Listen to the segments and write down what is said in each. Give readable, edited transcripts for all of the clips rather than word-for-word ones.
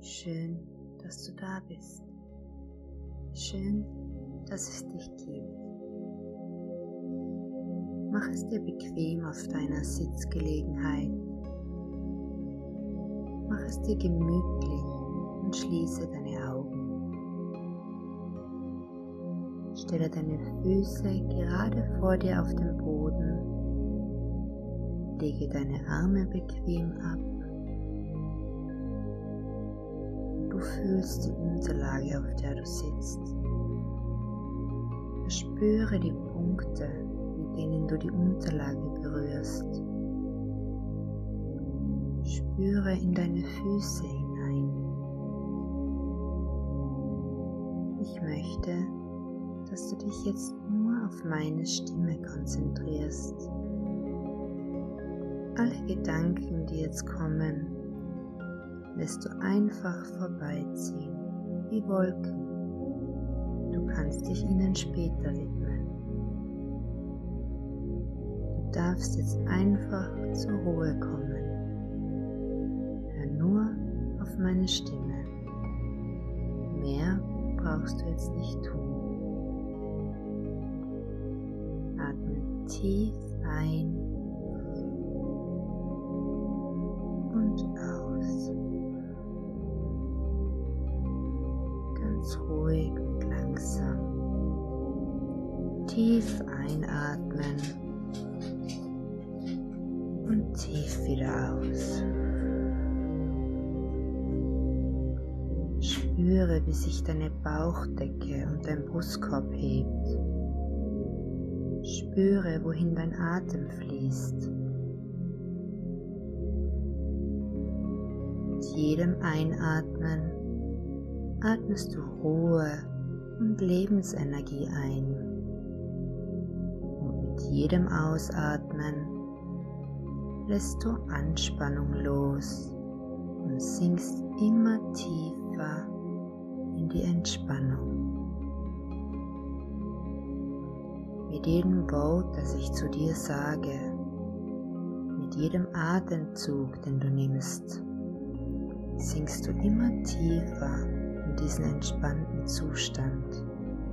Schön, dass du da bist. Schön, dass es dich gibt. Mach es dir bequem auf deiner Sitzgelegenheit. Mach es dir gemütlich und schließe deine Augen. Stelle deine Füße gerade vor dir auf den Boden. Lege deine Arme bequem ab. Du fühlst die Unterlage, auf der du sitzt. Spüre die Punkte, mit denen du die Unterlage berührst. Spüre in deine Füße hinein. Ich möchte, dass du dich jetzt nur auf meine Stimme konzentrierst. Alle Gedanken, die jetzt kommen, lässt du einfach vorbeiziehen, wie Wolken. Du kannst dich ihnen später widmen. Du darfst jetzt einfach zur Ruhe kommen. Hör nur auf meine Stimme. Mehr brauchst du jetzt nicht tun. Atme tief ein und aus. Ganz ruhig und langsam. Tief einatmen und tief wieder aus. Spüre, wie sich deine Bauchdecke und dein Brustkorb hebt. Spüre, wohin dein Atem fließt. Mit jedem Einatmen atmest du Ruhe und Lebensenergie ein. Und mit jedem Ausatmen lässt du Anspannung los und sinkst immer tiefer in die Entspannung. Mit jedem Wort, das ich zu dir sage, mit jedem Atemzug, den du nimmst, sinkst du immer tiefer in diesen entspannten Zustand.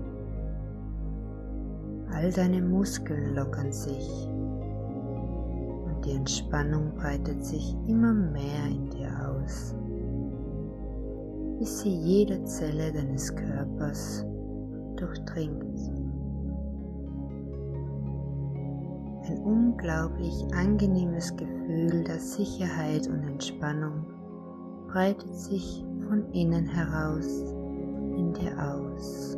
All deine Muskeln lockern sich und die Entspannung breitet sich immer mehr in dir aus, bis sie jede Zelle deines Körpers durchdringt. Ein unglaublich angenehmes Gefühl der Sicherheit und Entspannung breitet sich von innen heraus in dir aus.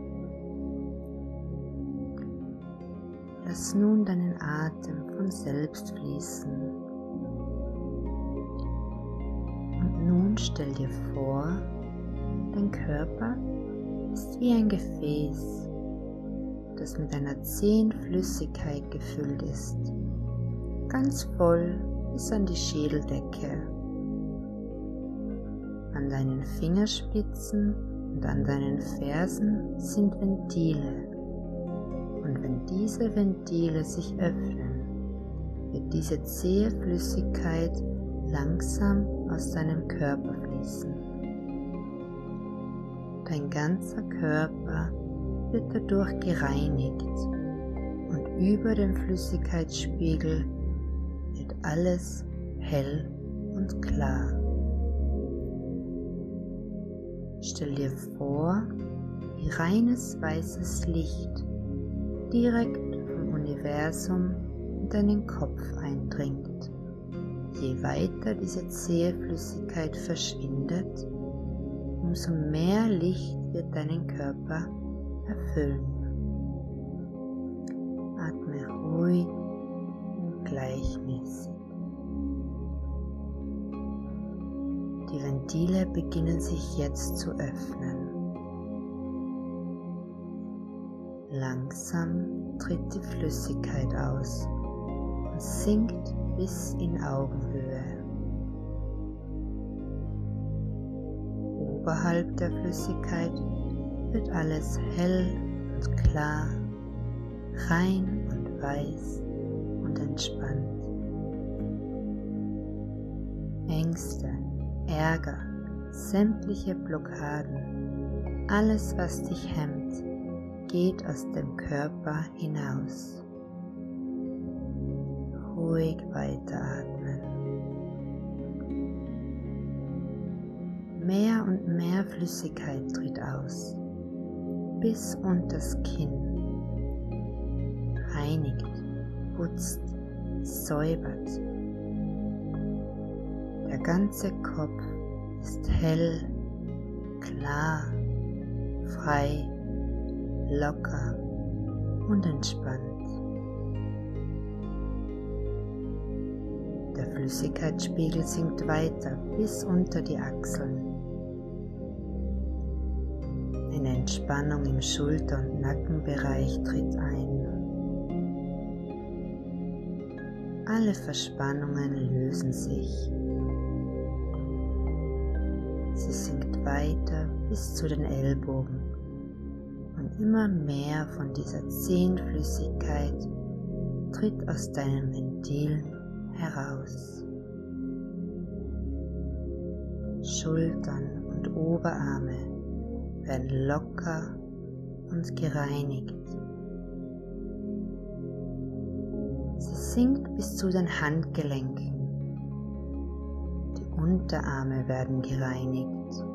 Lass nun deinen Atem von selbst fließen. Und nun stell dir vor, dein Körper ist wie ein Gefäß, das mit einer zähen Flüssigkeit gefüllt ist, ganz voll bis an die Schädeldecke. An deinen Fingerspitzen und an deinen Fersen sind Ventile, und wenn diese Ventile sich öffnen, wird diese zähe Flüssigkeit langsam aus deinem Körper fließen. Dein ganzer Körper wird dadurch gereinigt und über dem Flüssigkeitsspiegel wird alles hell und klar. Stell dir vor, wie reines weißes Licht direkt vom Universum in deinen Kopf eindringt. Je weiter diese zähe Flüssigkeit verschwindet, umso mehr Licht wird deinen Körper erfüllen. Atme ruhig und gleichmäßig. Die Ventile beginnen sich jetzt zu öffnen. Langsam tritt die Flüssigkeit aus und sinkt bis in Augenhöhe. Oberhalb der Flüssigkeit wird alles hell und klar, rein und weiß und entspannt. Ängste, Ärger, sämtliche Blockaden, alles was dich hemmt, geht aus dem Körper hinaus. Ruhig weiteratmen. Mehr und mehr Flüssigkeit tritt aus, bis unters Kinn. Reinigt, putzt, säubert. Der ganze Kopf ist hell, klar, frei, locker und entspannt. Der Flüssigkeitsspiegel sinkt weiter bis unter die Achseln. Eine Entspannung im Schulter- und Nackenbereich tritt ein. Alle Verspannungen lösen sich. Sie sinkt weiter bis zu den Ellbogen und immer mehr von dieser zähen Flüssigkeit tritt aus deinen Ventilen heraus. Schultern und Oberarme werden locker und gereinigt. Sie sinkt bis zu den Handgelenken. Die Unterarme werden gereinigt.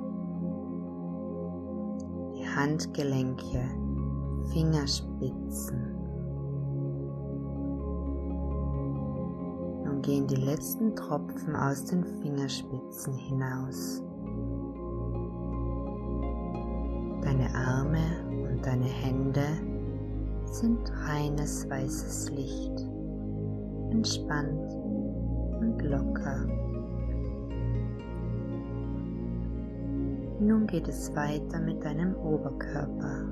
Die Handgelenke, Fingerspitzen. Nun gehen die letzten Tropfen aus den Fingerspitzen hinaus. Deine Arme und deine Hände sind reines weißes Licht, entspannt und locker. Nun geht es weiter mit deinem Oberkörper.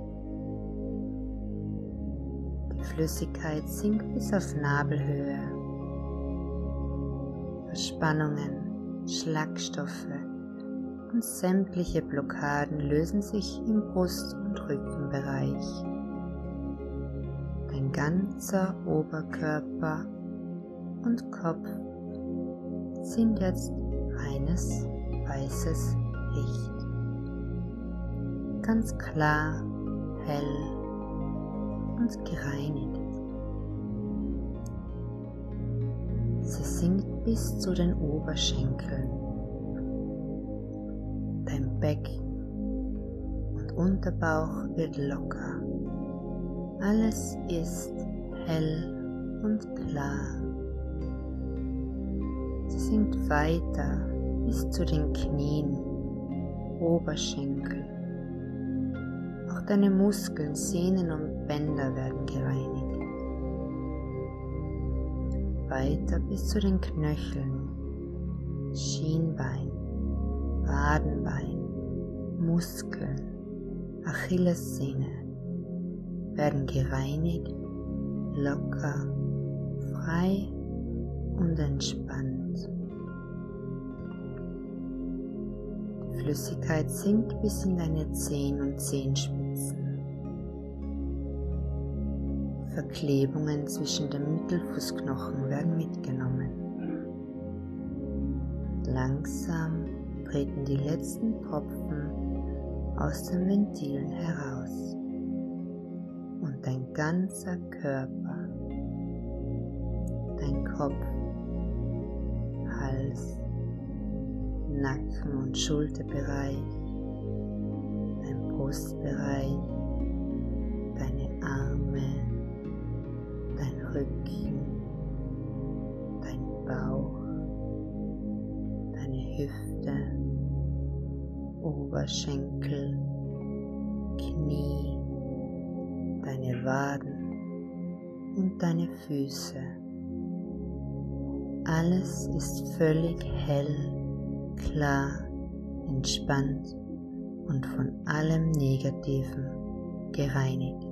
Die Flüssigkeit sinkt bis auf Nabelhöhe. Verspannungen, Schlagstoffe und sämtliche Blockaden lösen sich im Brust- und Rückenbereich. Dein ganzer Oberkörper und Kopf sind jetzt reines weißes Licht. Ganz klar, hell und gereinigt. Sie sinkt bis zu den Oberschenkeln. Dein Becken und Unterbauch wird locker. Alles ist hell und klar. Sie sinkt weiter bis zu den Knien, Oberschenkel. Auch deine Muskeln, Sehnen und Bänder werden gereinigt. Weiter bis zu den Knöcheln, Schienbein, Wadenbein, Muskeln, Achillessehne werden gereinigt, locker, frei und entspannt. Die Flüssigkeit sinkt bis in deine Zehen und Zehenspitzen. Verklebungen zwischen den Mittelfußknochen werden mitgenommen. Langsam treten die letzten Tropfen aus den Ventilen heraus und dein ganzer Körper, dein Kopf, Hals, Nacken- und Schulterbereich, dein Brustbereich, deine Arme, dein Rücken, dein Bauch, deine Hüfte, Oberschenkel, Knie, deine Waden und deine Füße. Alles ist völlig hell, klar, entspannt und von allem Negativen gereinigt.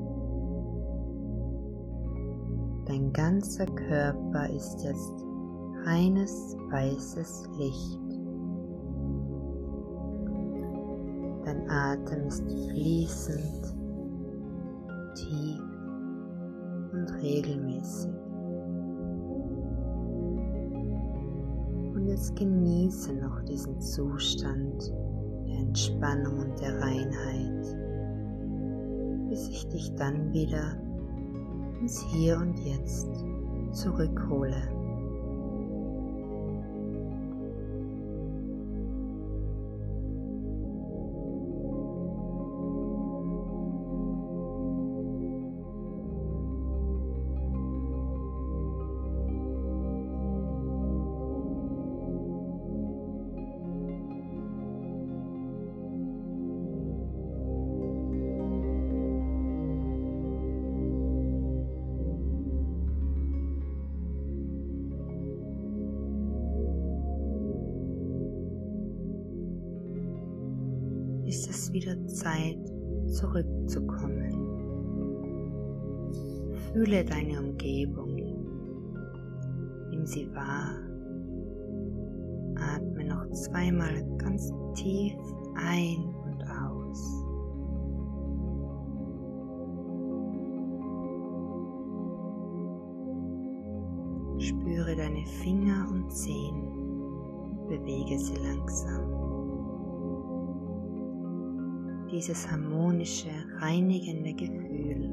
Dein ganzer Körper ist jetzt reines weißes Licht. Dein Atem ist fließend, tief und regelmäßig. Und jetzt genieße noch diesen Zustand der Entspannung und der Reinheit, bis ich dich dann wieder ins Hier und Jetzt zurückhole. Ist es wieder Zeit, zurückzukommen. Fühle deine Umgebung, nimm sie wahr, atme noch zweimal ganz tief ein und aus. Spüre deine Finger und Zehen und bewege sie langsam. Dieses harmonische, reinigende Gefühl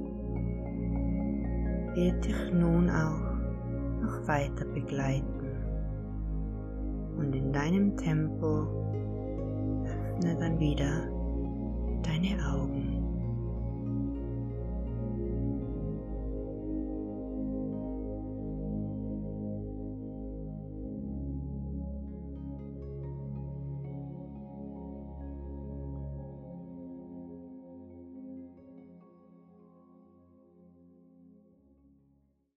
wird dich nun auch noch weiter begleiten und in deinem Tempo öffne dann wieder deine Augen.